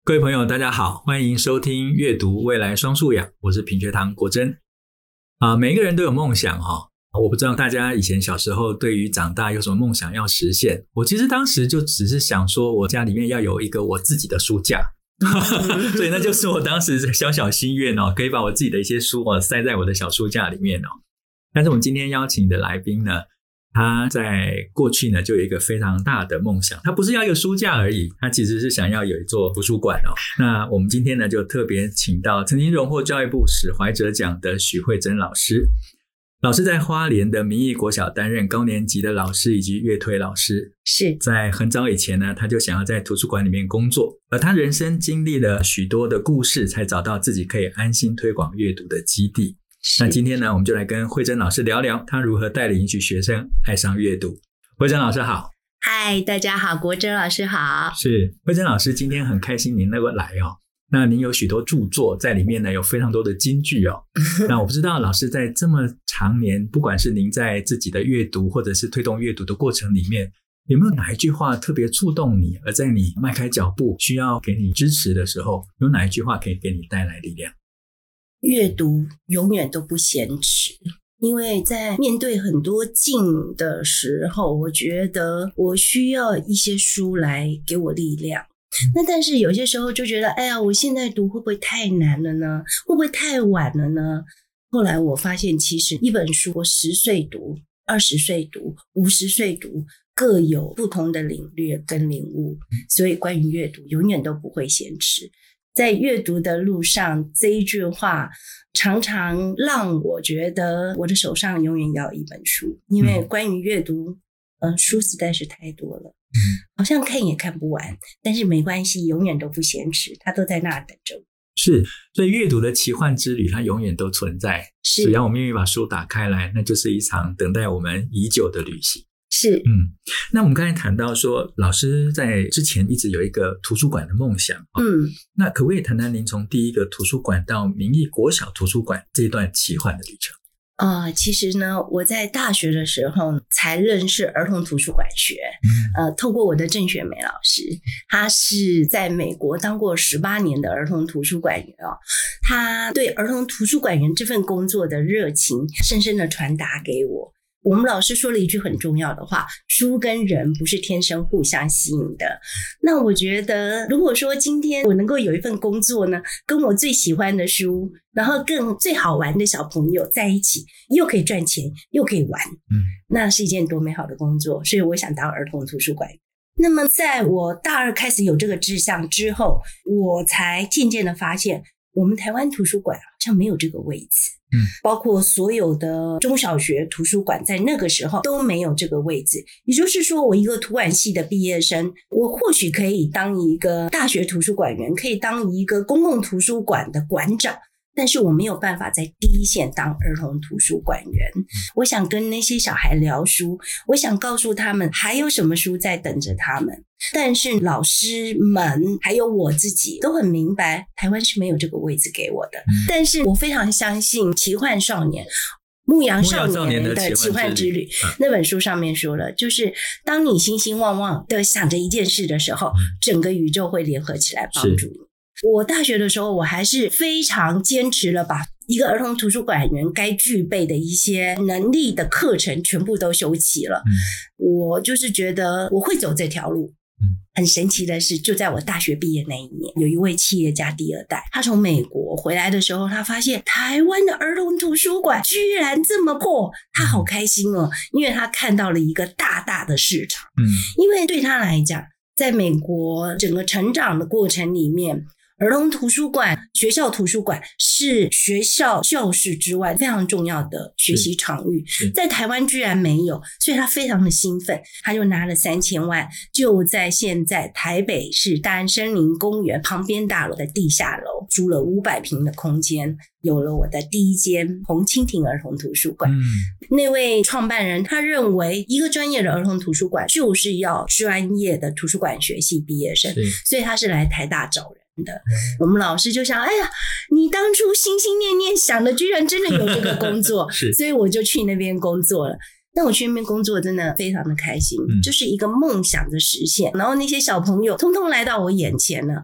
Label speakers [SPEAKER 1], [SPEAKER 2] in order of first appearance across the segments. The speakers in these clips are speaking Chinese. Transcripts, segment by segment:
[SPEAKER 1] 各位朋友大家好，欢迎收听阅读未来双素养，我是品学堂国珍。每一个人都有梦想我不知道大家以前小时候对于长大有什么梦想要实现。我其实当时就只是想说我家里面要有一个我自己的书架所以那就是我当时小小心愿可以把我自己的一些书塞在我的小书架里面但是我们今天邀请的来宾呢，他在过去呢就有一个非常大的梦想，他不是要一个书架而已，他其实是想要有一座图书馆那我们今天呢就特别请到曾经荣获教育部史怀哲奖的许慧珍老师。老师在花莲的民意国小担任高年级的老师以及乐推老师，
[SPEAKER 2] 是在
[SPEAKER 1] 很早以前呢，他就想要在图书馆里面工作，而他人生经历了许多的故事，才找到自己可以安心推广阅读的基地。那今天呢，我们就来跟慧珍老师聊聊他如何带领一群学生爱上阅读。慧珍老师好。
[SPEAKER 2] 嗨，大家好，国珍老师好。
[SPEAKER 1] 是，慧珍老师今天很开心您能够来那您有许多著作在里面呢，有非常多的金句那我不知道老师在这么长年，不管是您在自己的阅读或者是推动阅读的过程里面，有没有哪一句话特别触动你，而在你迈开脚步需要给你支持的时候，有哪一句话可以给你带来力量？
[SPEAKER 2] 阅读永远都不嫌迟，因为在面对很多境的时候，我觉得我需要一些书来给我力量。那但是有些时候就觉得，哎呀，我现在读会不会太难了呢？会不会太晚了呢？后来我发现，其实一本书，我10岁读、20岁读、50岁读，各有不同的领略跟领悟。所以关于阅读，永远都不会嫌迟。在阅读的路上，这一句话常常让我觉得我的手上永远要有一本书，因为关于阅读，书实在是太多了。好像看也看不完，但是没关系，永远都不嫌迟，它都在那儿等着我。
[SPEAKER 1] 是，所以阅读的奇幻之旅它永远都存在，只要我们愿意把书打开来，那就是一场等待我们已久的旅行。
[SPEAKER 2] 是，
[SPEAKER 1] 那我们刚才谈到说老师在之前一直有一个图书馆的梦想那可不可以谈谈您从第一个图书馆到民意国小图书馆这段奇幻的旅程？
[SPEAKER 2] 其实呢，我在大学的时候才认识儿童图书馆学。透过我的郑雪梅老师，她是在美国当过18年的儿童图书馆员她对儿童图书馆员这份工作的热情深深的传达给我。我们老师说了一句很重要的话，书跟人不是天生互相吸引的。那我觉得如果说今天我能够有一份工作呢，跟我最喜欢的书，然后更最好玩的小朋友在一起，又可以赚钱又可以玩，那是一件多美好的工作。所以我想当儿童图书馆。那么在我大2开始有这个志向之后，我才渐渐的发现我们台湾图书馆好像没有这个位置。包括所有的中小学图书馆在那个时候都没有这个位置。也就是说，我一个图馆系的毕业生，我或许可以当一个大学图书馆员，可以当一个公共图书馆的馆长，但是我没有办法在第一线当儿童图书馆员。我想跟那些小孩聊书，我想告诉他们还有什么书在等着他们，但是老师们还有我自己都很明白台湾是没有这个位置给我的。但是我非常相信奇幻少年牧羊少年的奇幻之旅那本书上面说了，就是当你心心望望的想着一件事的时候，整个宇宙会联合起来帮助你。我大学的时候，我还是非常坚持了把一个儿童图书馆员该具备的一些能力的课程全部都修齐了。我就是觉得我会走这条路。很神奇的是，就在我大学毕业那一年，有一位企业家第2代，他从美国回来的时候，他发现台湾的儿童图书馆居然这么破，他好开心因为他看到了一个大大的市场。因为对他来讲，在美国整个成长的过程里面，儿童图书馆、学校图书馆是学校教室之外非常重要的学习场域，在台湾居然没有，所以他非常的兴奋，他就拿了3000万，就在现在台北市大安森林公园旁边大楼的地下楼租了500平的空间，有了我的第一间红蜻蜓儿童图书馆。那位创办人他认为一个专业的儿童图书馆就是要专业的图书馆学系毕业生，所以他是来台大找人的。我们老师就想，哎呀，你当初心心念念想的居然真的有这个工作所以我就去那边工作了。那我去那边工作真的非常的开心，就是一个梦想的实现。然后那些小朋友通通来到我眼前了，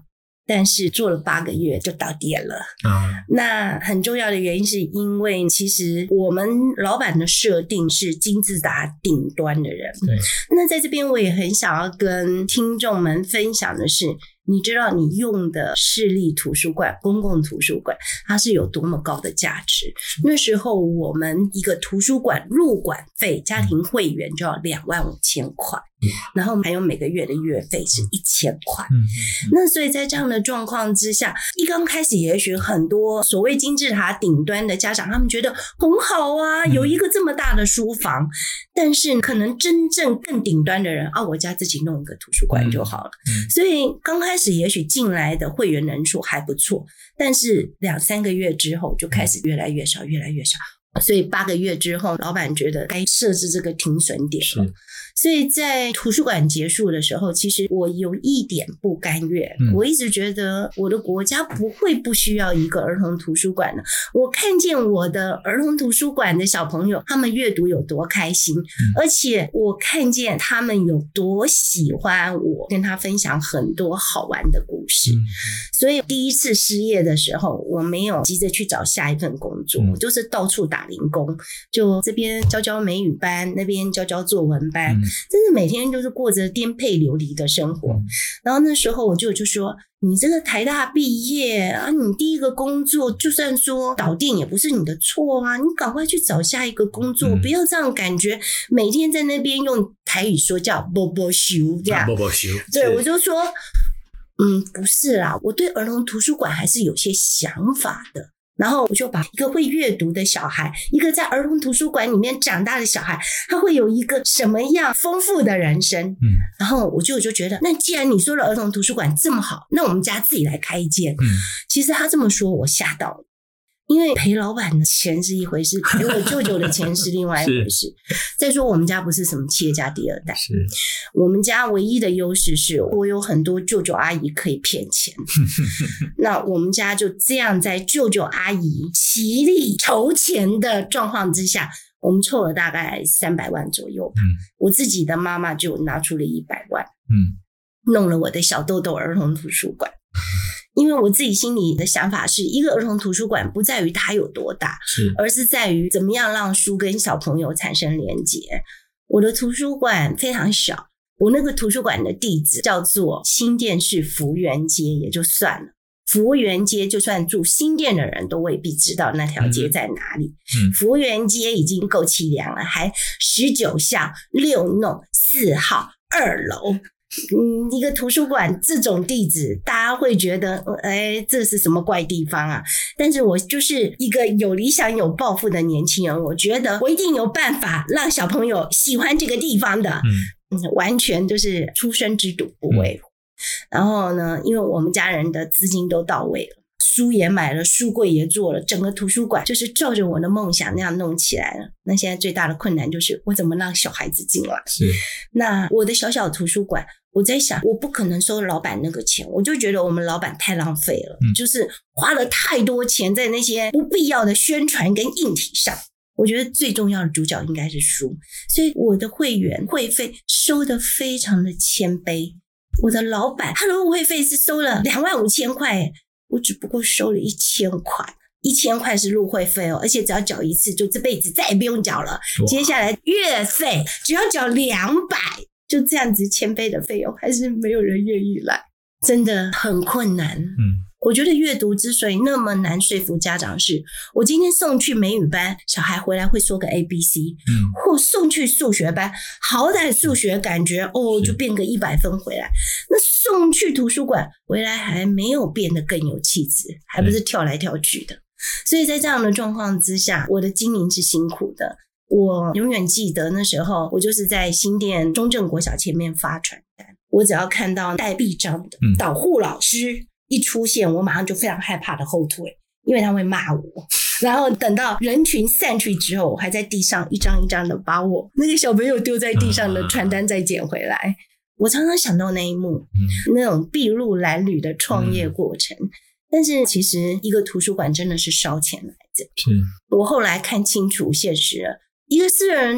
[SPEAKER 2] 但是做了8个月就倒店了。那很重要的原因是因为其实我们老板的设定是金字塔顶端的人。
[SPEAKER 1] 对。
[SPEAKER 2] 那在这边我也很想要跟听众们分享的是，你知道你用的市立图书馆、公共图书馆它是有多么高的价值。那时候我们一个图书馆入馆费家庭会员就要25000块，然后还有每个月的月费是1000块。那所以在这样的状况之下，一刚开始也许很多所谓金字塔顶端的家长他们觉得很好啊，有一个这么大的书房，但是可能真正更顶端的人啊，我家自己弄一个图书馆就好了。所以刚开始也许进来的会员人数还不错，但是2-3个月之后就开始越来越少越来越少，所以8个月之后老板觉得该设置这个停损点了。所以在图书馆结束的时候，其实我有一点不甘愿。我一直觉得我的国家不会不需要一个儿童图书馆的。我看见我的儿童图书馆的小朋友他们阅读有多开心，而且我看见他们有多喜欢我跟他分享很多好玩的故事。所以第一次失业的时候，我没有急着去找下一份工作，我就是到处打零工，就这边教美语班，那边教作文班，真的每天就是过着颠沛流离的生活。然后那时候我就说，你这个台大毕业啊，你第一个工作就算说倒店也不是你的错啊，你赶快去找下一个工作，不要这样感觉每天在那边用台语说叫波波修这样。波波修。对，我就说不是啦，我对儿童图书馆还是有些想法的。然后我就把一个会阅读的小孩，一个在儿童图书馆里面长大的小孩，他会有一个什么样丰富的人生。然后我就觉得，那既然你说了儿童图书馆这么好，那我们家自己来开一间。其实他这么说我吓到了，因为赔老板的钱是一回事，赔我舅舅的钱是另外一回事。再说我们家不是什么企业家第二代，我们家唯一的优势是我有很多舅舅阿姨可以骗钱。那我们家就这样在舅舅阿姨齐力筹钱的状况之下，我们凑了大概300万左右吧。我自己的妈妈就拿出了100万，弄了我的小豆豆儿童图书馆。因为我自己心里的想法是，一个儿童图书馆不在于它有多大，而是在于怎么样让书跟小朋友产生连结。我的图书馆非常小，我那个图书馆的地址叫做新店市福源街也就算了，福源街就算住新店的人都未必知道那条街在哪里。福源街已经够凄凉了，还19巷6弄4号2楼。一个图书馆这种地址，大家会觉得这是什么怪地方啊？但是我就是一个有理想有抱负的年轻人，我觉得我一定有办法让小朋友喜欢这个地方的。完全就是出生之犊不畏虎。然后呢，因为我们家人的资金都到位了，书也买了，书柜也做了，整个图书馆就是照着我的梦想那样弄起来了。那现在最大的困难就是我怎么让小孩子进来。那我的小小图书馆，我在想我不可能收老板那个钱，我就觉得我们老板太浪费了，就是花了太多钱在那些不必要的宣传跟硬体上。我觉得最重要的主角应该是书，所以我的会员会费收得非常的谦卑。我的老板他的入会费是收了25000块，我只不过收了1000块，1000块是入会费哦，而且只要缴一次就这辈子再也不用缴了。接下来月费只要缴200，就这样子谦卑的费用，还是没有人愿意来，真的很困难。我觉得阅读之所以那么难说服家长是，我今天送去美语班，小孩回来会说个 ABC，或送去数学班，好歹数学感觉就变个100分回来，那送去图书馆回来还没有变得更有气质，还不是跳来跳去的。所以在这样的状况之下，我的经营是辛苦的。我永远记得那时候，我就是在新店中正国小前面发传单，我只要看到带臂章的导护老师一出现，我马上就非常害怕的后退，因为他会骂我。然后等到人群散去之后，我还在地上一张一张的把我那个小朋友丢在地上的传单再捡回来。我常常想到那一幕，那种筚路蓝缕的创业过程。但是其实一个图书馆真的是烧钱来着。我后来看清楚现实了，一个私人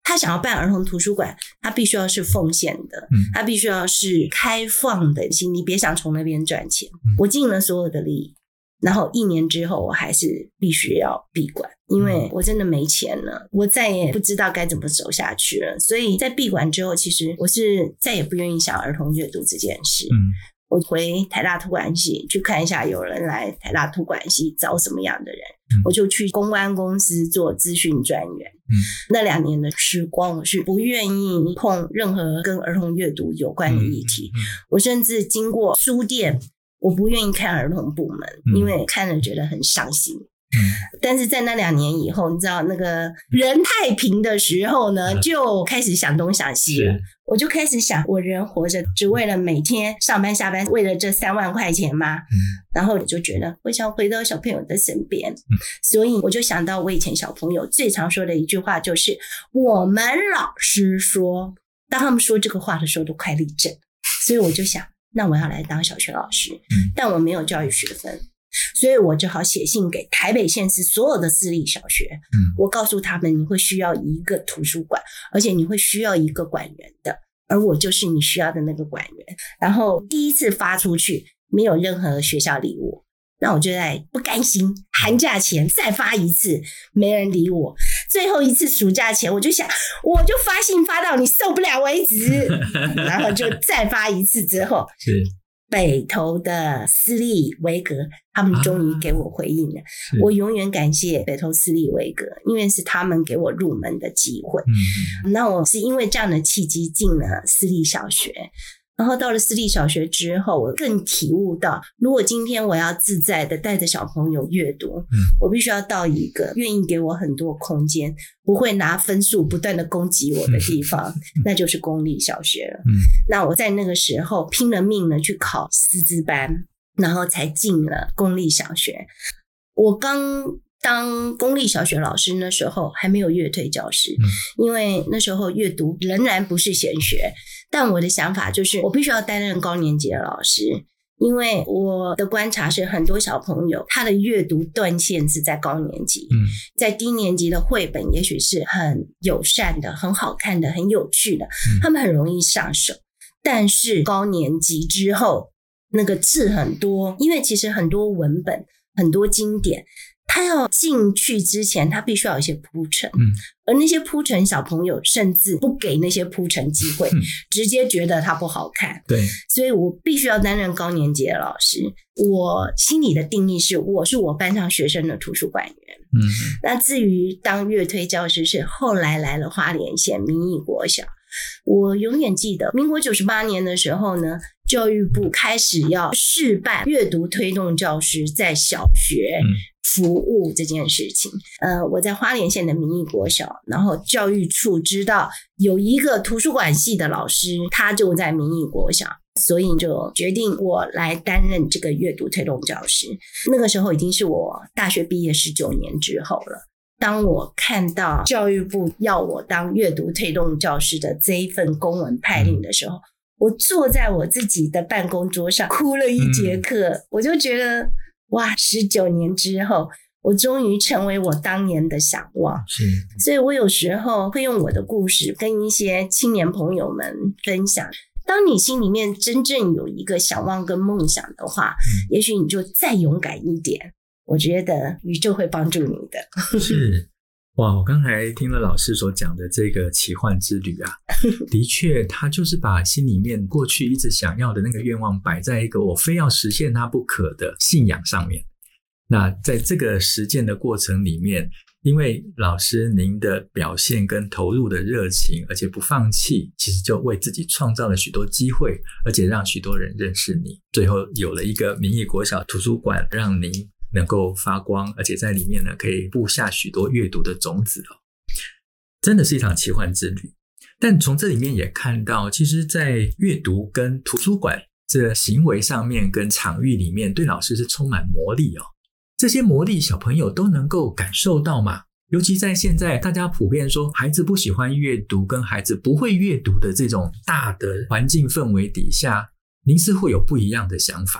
[SPEAKER 2] 他想要办儿童图书馆，他必须要是奉献的，他必须要是开放的心，你别想从那边赚钱。我尽了所有的利益，然后1年之后我还是必须要闭馆，因为我真的没钱了，我再也不知道该怎么走下去了。所以在闭馆之后，其实我是再也不愿意想儿童阅读这件事。我回台大图馆系去看一下有人来台大图馆系找什么样的人，我就去公关公司做资讯专员。那2年的时光，我是不愿意碰任何跟儿童阅读有关的议题。我甚至经过书店，我不愿意看儿童部门，因为看了觉得很伤心。但是在那2年以后，你知道那个人太平的时候呢，就开始想东想西了。我就开始想，我人活着只为了每天上班下班，为了这3万块钱吗？然后我就觉得我想回到小朋友的身边。所以我就想到我以前小朋友最常说的一句话，就是我们老师说，当他们说这个话的时候都快立正。所以我就想，那我要来当小学老师，但我没有教育学分，所以我只好写信给台北县市所有的私立小学，我告诉他们，你会需要一个图书馆，而且你会需要一个馆员的，而我就是你需要的那个馆员。然后第一次发出去，没有任何学校理我，那我就在不甘心，寒假前再发一次，没人理我。最后一次暑假前，我就想，我就发信发到你受不了为止，然后就再发一次之后，
[SPEAKER 1] 是
[SPEAKER 2] 北投的私立维格，他们终于给我回应了。我永远感谢北投私立维格，因为是他们给我入门的机会。那我是因为这样的契机进了私立小学，然后到了私立小学之后，我更体悟到，如果今天我要自在的带着小朋友阅读，我必须要到一个愿意给我很多空间，不会拿分数不断的攻击我的地方，那就是公立小学了。那我在那个时候拼了命的去考师资班，然后才进了公立小学。我刚当公立小学老师那时候还没有阅推教师，因为那时候阅读仍然不是显学，但我的想法就是我必须要担任高年级的老师，因为我的观察是很多小朋友他的阅读断线是在高年级，在低年级的绘本也许是很友善的，很好看的，很有趣的，他们很容易上手，但是高年级之后那个字很多，因为其实很多文本很多经典，他要进去之前他必须要有一些铺陈，而那些铺陈小朋友甚至不给那些铺陈机会，直接觉得他不好看。对，所以我必须要担任高年级的老师。我心里的定义是，我是我班上学生的图书馆员。那至于当阅推教师，是后来来了花莲县民意国小。我永远记得民国98年的时候呢，教育部开始要试办阅读推动教师在小学服务这件事情。我在花莲县的民意国小，然后教育处知道有一个图书馆系的老师，他就在民意国小，所以就决定我来担任这个阅读推动教师。那个时候已经是我大学毕业19年之后了。当我看到教育部要我当阅读推动教师的这一份公文派令的时候，我坐在我自己的办公桌上哭了一节课。我就觉得哇，19年之后我终于成为我当年的想望。所以我有时候会用我的故事跟一些青年朋友们分享，当你心里面真正有一个想望跟梦想的话，也许你就再勇敢一点，我觉得宇宙会帮助你的。
[SPEAKER 1] 是，哇，我刚才听了老师所讲的这个奇幻之旅啊，的确他就是把心里面过去一直想要的那个愿望摆在一个我非要实现它不可的信仰上面。那在这个实践的过程里面，因为老师您的表现跟投入的热情，而且不放弃，其实就为自己创造了许多机会，而且让许多人认识你，最后有了一个民意国小图书馆，让您能够发光，而且在里面呢可以布下许多阅读的种子哦，真的是一场奇幻之旅。但从这里面也看到，其实在阅读跟图书馆这个行为上面跟场域里面，对老师是充满魔力哦。这些魔力小朋友都能够感受到嘛？尤其在现在大家普遍说孩子不喜欢阅读跟孩子不会阅读的这种大的环境氛围底下，您是会有不一样的想法。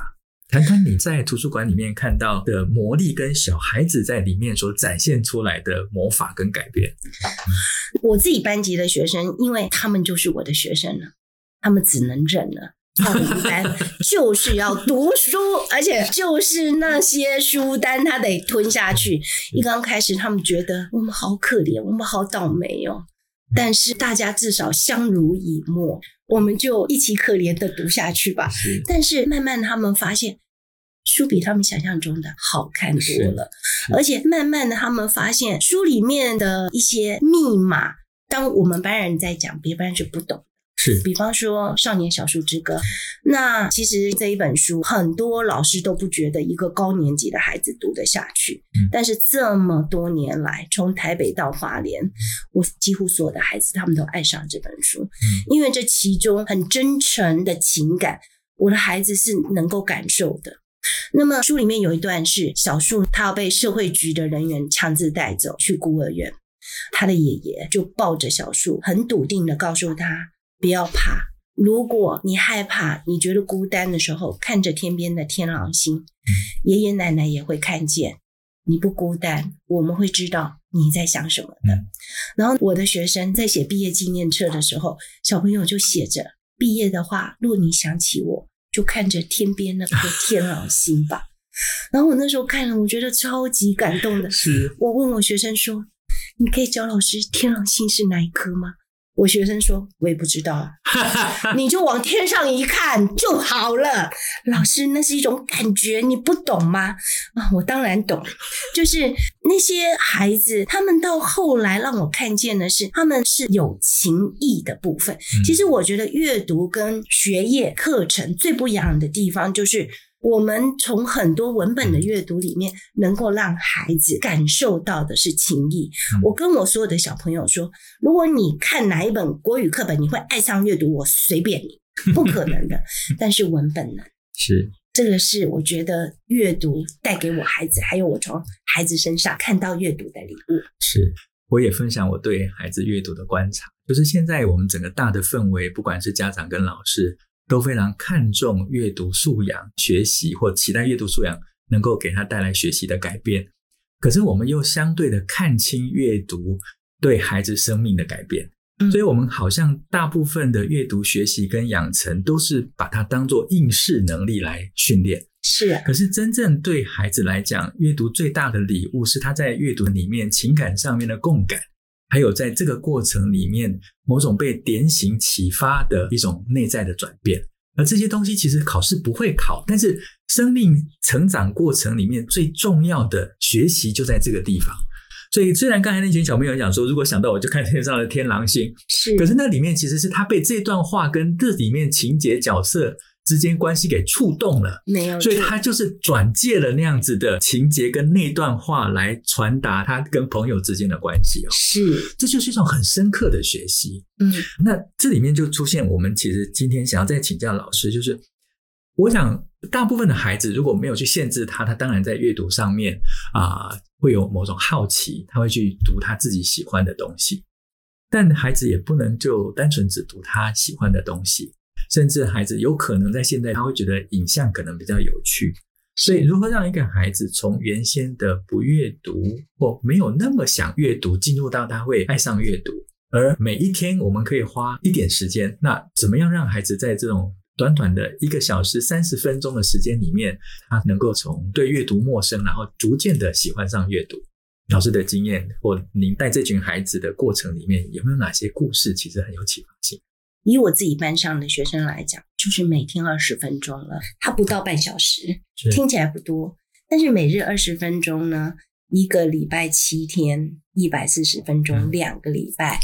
[SPEAKER 1] 谈谈你在图书馆里面看到的魔力跟小孩子在里面所展现出来的魔法跟改变。
[SPEAKER 2] 我自己班级的学生，因为他们就是我的学生了，他们只能忍了。到我们班就是要读书，而且就是那些书单他得吞下去。一刚开始他们觉得我们好可怜，我们好倒霉哦，但是大家至少相濡以沫，我们就一起可怜的读下去吧。但是慢慢他们发现书比他们想象中的好看多了，而且慢慢的他们发现书里面的一些密码，当我们班人在讲，别班是不懂。
[SPEAKER 1] 是，
[SPEAKER 2] 比方说少年小树之歌，那其实这一本书很多老师都不觉得一个高年级的孩子读得下去，但是这么多年来，从台北到花莲，我几乎所有的孩子他们都爱上这本书，因为这其中很真诚的情感，我的孩子是能够感受的。那么书里面有一段是小树他要被社会局的人员强制带走去孤儿院，他的爷爷就抱着小树很笃定的告诉他，不要怕，如果你害怕，你觉得孤单的时候，看着天边的天狼星，爷爷奶奶也会看见，你不孤单，我们会知道你在想什么的。然后我的学生在写毕业纪念册的时候，小朋友就写着毕业的话，若你想起我，就看着天边那颗天狼星吧。然后我那时候看了，我觉得超级感动的。
[SPEAKER 1] 是，
[SPEAKER 2] 我问我学生说，你可以教老师天狼星是哪一颗吗？我学生说我也不知道你就往天上一看就好了。老师，那是一种感觉，你不懂吗？我当然懂，就是那些孩子他们到后来让我看见的是他们是有情义的部分。其实我觉得阅读跟学业课程最不一样的地方，就是我们从很多文本的阅读里面能够让孩子感受到的是情谊。我跟我所有的小朋友说，如果你看哪一本国语课本你会爱上阅读，我随便你，不可能的但是文本能，
[SPEAKER 1] 是，
[SPEAKER 2] 这个是我觉得阅读带给我孩子，还有我从孩子身上看到阅读的礼物。
[SPEAKER 1] 是，我也分享我对孩子阅读的观察，就是现在我们整个大的氛围，不管是家长跟老师都非常看重阅读素养学习，或期待阅读素养能够给他带来学习的改变，可是我们又相对的看清阅读对孩子生命的改变，所以我们好像大部分的阅读学习跟养成都是把它当作应试能力来训练。
[SPEAKER 2] 是啊，
[SPEAKER 1] 可是真正对孩子来讲，阅读最大的礼物是他在阅读里面情感上面的共感，还有在这个过程里面某种被点醒启发的一种内在的转变。而这些东西其实考试不会考，但是生命成长过程里面最重要的学习就在这个地方。所以虽然刚才那群小朋友讲说，如果想到我就看天上的天狼星，可是那里面其实是他被这段话跟这里面情节角色之间关系给触动了，
[SPEAKER 2] 没有，
[SPEAKER 1] 所以他就是转借了那样子的情节跟那段话来传达他跟朋友之间的关系哦。
[SPEAKER 2] 是，
[SPEAKER 1] 这就是一种很深刻的学习。那这里面就出现我们其实今天想要再请教老师，就是我想大部分的孩子如果没有去限制他当然在阅读上面会有某种好奇，他会去读他自己喜欢的东西，但孩子也不能就单纯只读他喜欢的东西，甚至孩子有可能在现在他会觉得影像可能比较有趣，所以如何让一个孩子从原先的不阅读或没有那么想阅读进入到他会爱上阅读，而每一天我们可以花一点时间，那怎么样让孩子在这种短短的1个小时30分钟的时间里面，他能够从对阅读陌生然后逐渐的喜欢上阅读。老师的经验或您带这群孩子的过程里面，有没有哪些故事其实很有启发性？
[SPEAKER 2] 以我自己班上的学生来讲，就是每天20分钟了，它不到半小时，听起来不多，但是每日20分钟呢，1个礼拜7天140分钟，2个礼拜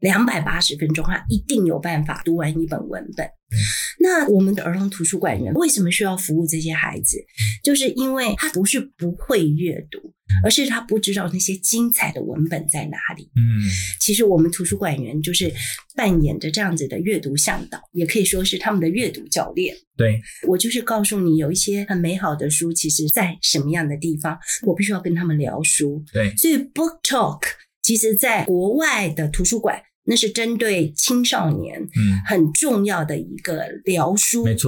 [SPEAKER 2] 280分钟，他一定有办法读完一本文本。那我们的儿童图书馆员为什么需要服务这些孩子？就是因为他不是不会阅读，而是他不知道那些精彩的文本在哪里。其实我们图书馆员就是扮演着这样子的阅读向导，也可以说是他们的阅读教练。
[SPEAKER 1] 对，
[SPEAKER 2] 我就是告诉你有一些很美好的书其实在什么样的地方，我必须要跟他们聊书。
[SPEAKER 1] 对，
[SPEAKER 2] 所以 Book Talk 其实在国外的图书馆那是针对青少年很重要的一个聊书，
[SPEAKER 1] 没错，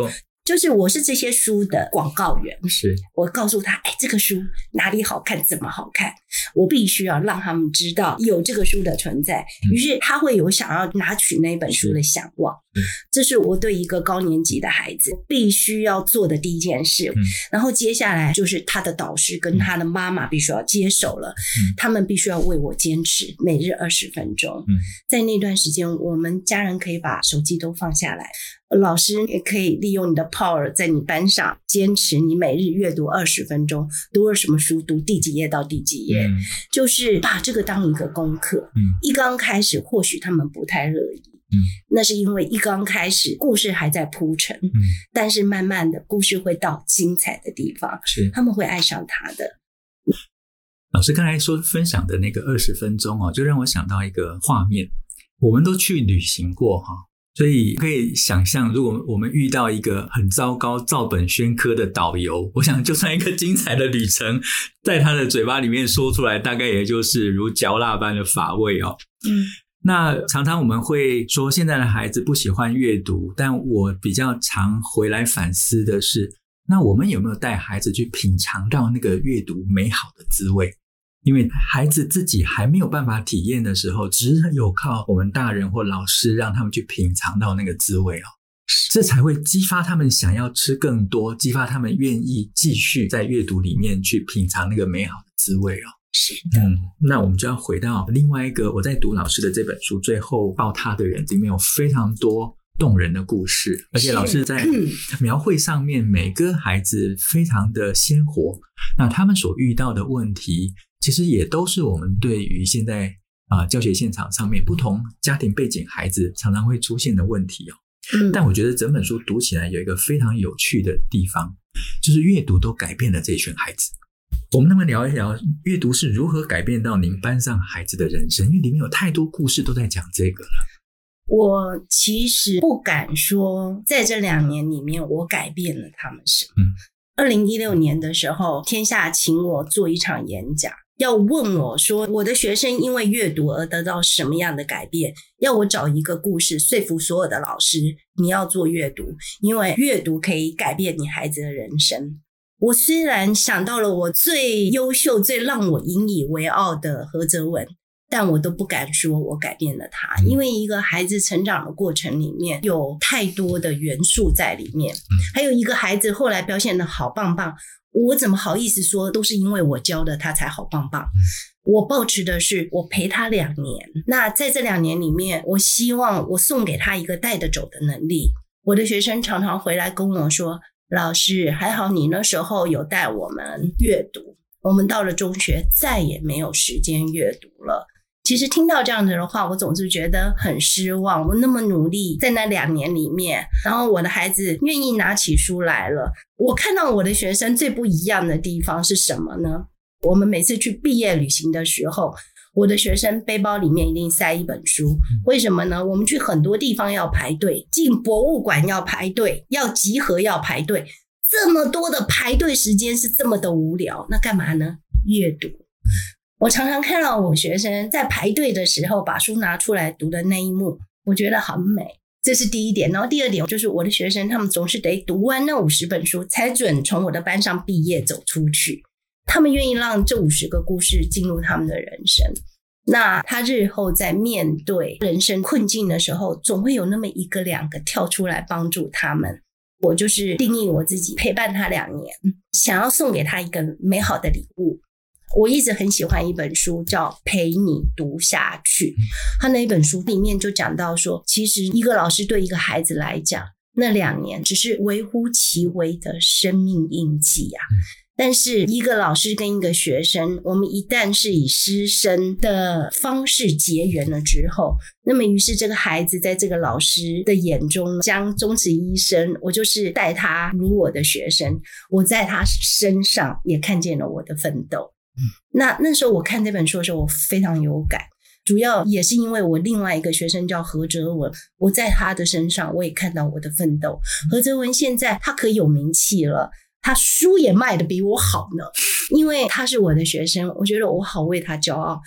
[SPEAKER 2] 就是我是这些书的广告员，
[SPEAKER 1] 是
[SPEAKER 2] 我告诉他，这个书哪里好看，怎么好看，我必须要让他们知道有这个书的存在，于是他会有想要拿取那本书的想望。这是我对一个高年级的孩子必须要做的第一件事。然后接下来就是他的导师跟他的妈妈必须要接手了，他们必须要为我坚持每日20分钟。在那段时间，我们家人可以把手机都放下来，老师也可以利用你的 power 在你班上坚持你每日阅读20分钟，读了什么书，读第几页到第几页，就是把这个当一个功课。一刚开始或许他们不太乐意，那是因为一刚开始故事还在铺陈，但是慢慢的故事会到精彩的地方，是他们会爱上它的。
[SPEAKER 1] 老师刚才说分享的那个20分钟就让我想到一个画面，我们都去旅行过所以可以想象，如果我们遇到一个很糟糕照本宣科的导游，我想就算一个精彩的旅程在他的嘴巴里面说出来，大概也就是如嚼蜡般的乏味那常常我们会说现在的孩子不喜欢阅读，但我比较常回来反思的是，那我们有没有带孩子去品尝到那个阅读美好的滋味？因为孩子自己还没有办法体验的时候，只有靠我们大人或老师让他们去品尝到那个滋味这才会激发他们想要吃更多，激发他们愿意继续在阅读里面去品尝那个美好的滋味
[SPEAKER 2] 是的。
[SPEAKER 1] 那我们就要回到另外一个我在读老师的这本书最后抱他的人里面有非常多动人的故事，而且老师在描绘上面每个孩子非常的鲜活，那他们所遇到的问题其实也都是我们对于现在教学现场上面不同家庭背景孩子常常会出现的问题但我觉得整本书读起来有一个非常有趣的地方，就是阅读都改变了这群孩子。我们能不能聊一聊阅读是如何改变到您班上孩子的人生？因为里面有太多故事都在讲这个了。
[SPEAKER 2] 我其实不敢说在这2年里面我改变了他们什么。2016年的时候，天下请我做一场演讲，要问我说我的学生因为阅读而得到什么样的改变，要我找一个故事说服所有的老师你要做阅读，因为阅读可以改变你孩子的人生。我虽然想到了我最优秀最让我引以为傲的何泽文，但我都不敢说我改变了他，因为一个孩子成长的过程里面有太多的元素在里面，还有一个孩子后来表现得好棒棒，我怎么好意思说都是因为我教的他才好棒棒。我抱持的是我陪他2年，那在这2年里面，我希望我送给他一个带得走的能力。我的学生常常回来跟我说，老师还好你那时候有带我们阅读，我们到了中学再也没有时间阅读了。其实听到这样子的话，我总是觉得很失望。我那么努力在那2年里面，然后我的孩子愿意拿起书来了。我看到我的学生最不一样的地方是什么呢？我们每次去毕业旅行的时候，我的学生背包里面一定塞一本书。为什么呢？我们去很多地方要排队，进博物馆要排队，要集合要排队，这么多的排队时间是这么的无聊，那干嘛呢？阅读。我常常看到我学生在排队的时候把书拿出来读的那一幕，我觉得很美。这是第一点。然后第二点就是我的学生他们总是得读完那50本书才准从我的班上毕业走出去，他们愿意让这50个故事进入他们的人生。那他日后在面对人生困境的时候，总会有那么1个2个跳出来帮助他们。我就是定义我自己陪伴他2年，想要送给他一个美好的礼物。我一直很喜欢一本书叫《陪你读下去》，他那一本书里面就讲到说，其实一个老师对一个孩子来讲，那2年只是微乎其微的生命印记啊。但是一个老师跟一个学生，我们一旦是以师生的方式结缘了之后，那么于是这个孩子在这个老师的眼中将终其一生，我就是待他如我的学生，我在他身上也看见了我的奋斗。那时候我看这本书的时候，我非常有感，主要也是因为我另外一个学生叫何哲文，我在他的身上我也看到我的奋斗。何哲文现在他可有名气了，他书也卖得比我好呢，因为他是我的学生，我觉得我好为他骄傲。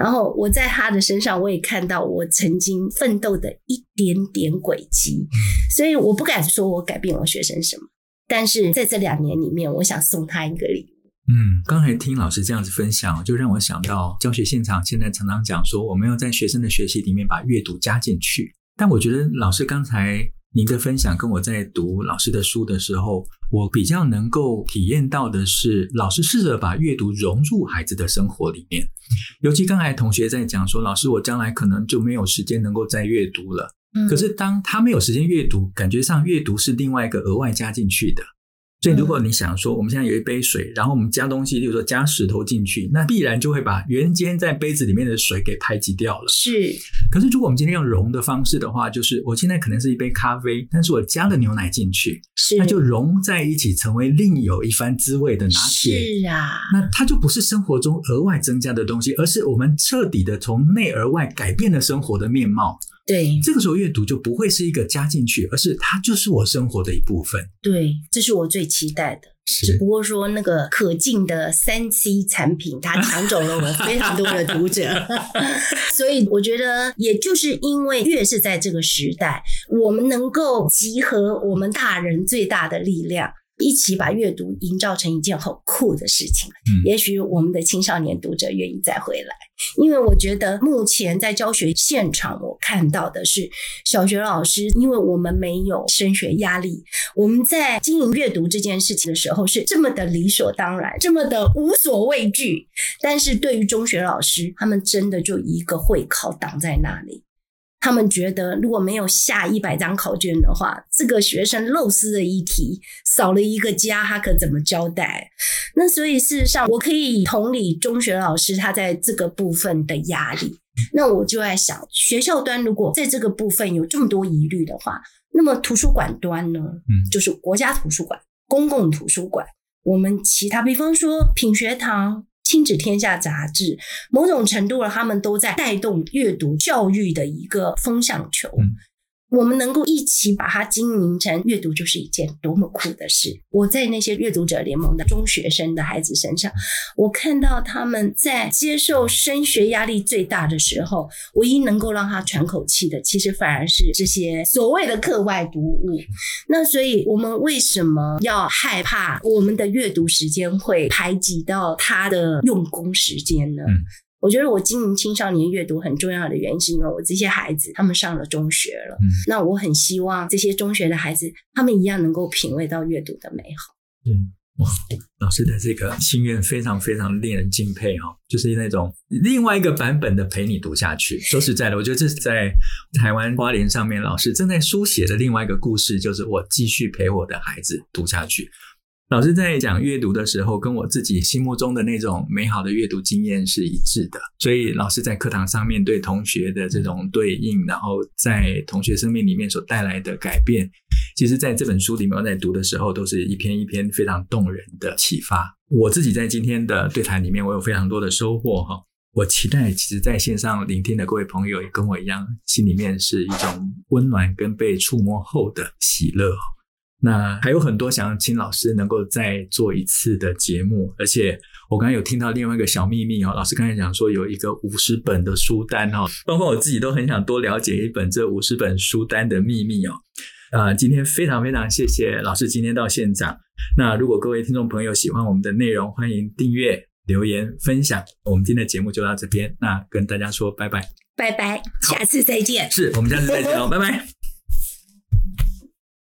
[SPEAKER 2] 然后我在他的身上我也看到我曾经奋斗的一点点轨迹，所以我不敢说我改变我学生什么，但是在这2年里面我想送他一个礼物。
[SPEAKER 1] 刚才听老师这样子分享，就让我想到教学现场现在常常讲说我们要在学生的学习里面把阅读加进去，但我觉得老师刚才您的分享跟我在读老师的书的时候，我比较能够体验到的是老师试着把阅读融入孩子的生活里面。尤其刚才同学在讲说，老师我将来可能就没有时间能够再阅读了，可是当他没有时间阅读，感觉上阅读是另外一个额外加进去的。所以如果你想说我们现在有一杯水，然后我们加东西，例如说加石头进去，那必然就会把原先在杯子里面的水给排挤掉了。
[SPEAKER 2] 是。
[SPEAKER 1] 可是如果我们今天用融的方式的话，就是我现在可能是一杯咖啡，但是我加了牛奶进去，那就融在一起成为另有一番滋味的拿铁。
[SPEAKER 2] 是啊，
[SPEAKER 1] 那它就不是生活中额外增加的东西，而是我们彻底的从内而外改变了生活的面貌。
[SPEAKER 2] 对，这
[SPEAKER 1] 个时候阅读就不会是一个加进去，而是它就是我生活的一部分。
[SPEAKER 2] 对，这是我最期待的。只不过说那个可敬的 3C 产品它抢走了我非常多的读者所以我觉得也就是因为越是在这个时代，我们能够集合我们大人最大的力量，一起把阅读营造成一件很酷的事情，也许我们的青少年读者愿意再回来。因为我觉得目前在教学现场我看到的是小学老师，因为我们没有升学压力，我们在经营阅读这件事情的时候是这么的理所当然，这么的无所畏惧，但是对于中学老师，他们真的就一个会考挡在那里，他们觉得如果没有下100张考卷的话，这个学生漏失了一题，少了一个加，他可怎么交代？那所以事实上我可以同理中学老师他在这个部分的压力。那我就在想，学校端如果在这个部分有这么多疑虑的话，那么图书馆端呢，就是国家图书馆、公共图书馆，我们其他比方说品学堂、亲子天下杂志，某种程度他们都在带动阅读教育的一个风向球，我们能够一起把它经营成阅读就是一件多么酷的事。我在那些阅读者联盟的中学生的孩子身上，我看到他们在接受升学压力最大的时候，唯一能够让他喘口气的，其实反而是这些所谓的课外读物。那所以我们为什么要害怕我们的阅读时间会排挤到他的用功时间呢？我觉得我经营青少年阅读很重要的原因是因为我这些孩子他们上了中学了，那我很希望这些中学的孩子他们一样能够品味到阅读的美好。
[SPEAKER 1] 哇，老师的这个心愿非常非常令人敬佩就是那种另外一个版本的陪你读下去。说实在的，我觉得这是在台湾花莲上面老师正在书写的另外一个故事，就是我继续陪我的孩子读下去。老师在讲阅读的时候，跟我自己心目中的那种美好的阅读经验是一致的，所以老师在课堂上面对同学的这种对应，然后在同学生命里面所带来的改变，其实在这本书里面我在读的时候，都是一篇一篇非常动人的启发。我自己在今天的对谈里面，我有非常多的收获我期待其实在线上聆听的各位朋友也跟我一样，心里面是一种温暖跟被触摸后的喜乐。那还有很多想请老师能够再做一次的节目，而且我刚才有听到另外一个小秘密老师刚才讲说有一个50本的书单包括我自己都很想多了解一本这50本书单的秘密今天非常非常谢谢老师今天到现场。那如果各位听众朋友喜欢我们的内容，欢迎订阅、留言、分享。我们今天的节目就到这边，那跟大家说拜拜。
[SPEAKER 2] 拜拜，下次再见。
[SPEAKER 1] 是，我们下次再见拜拜。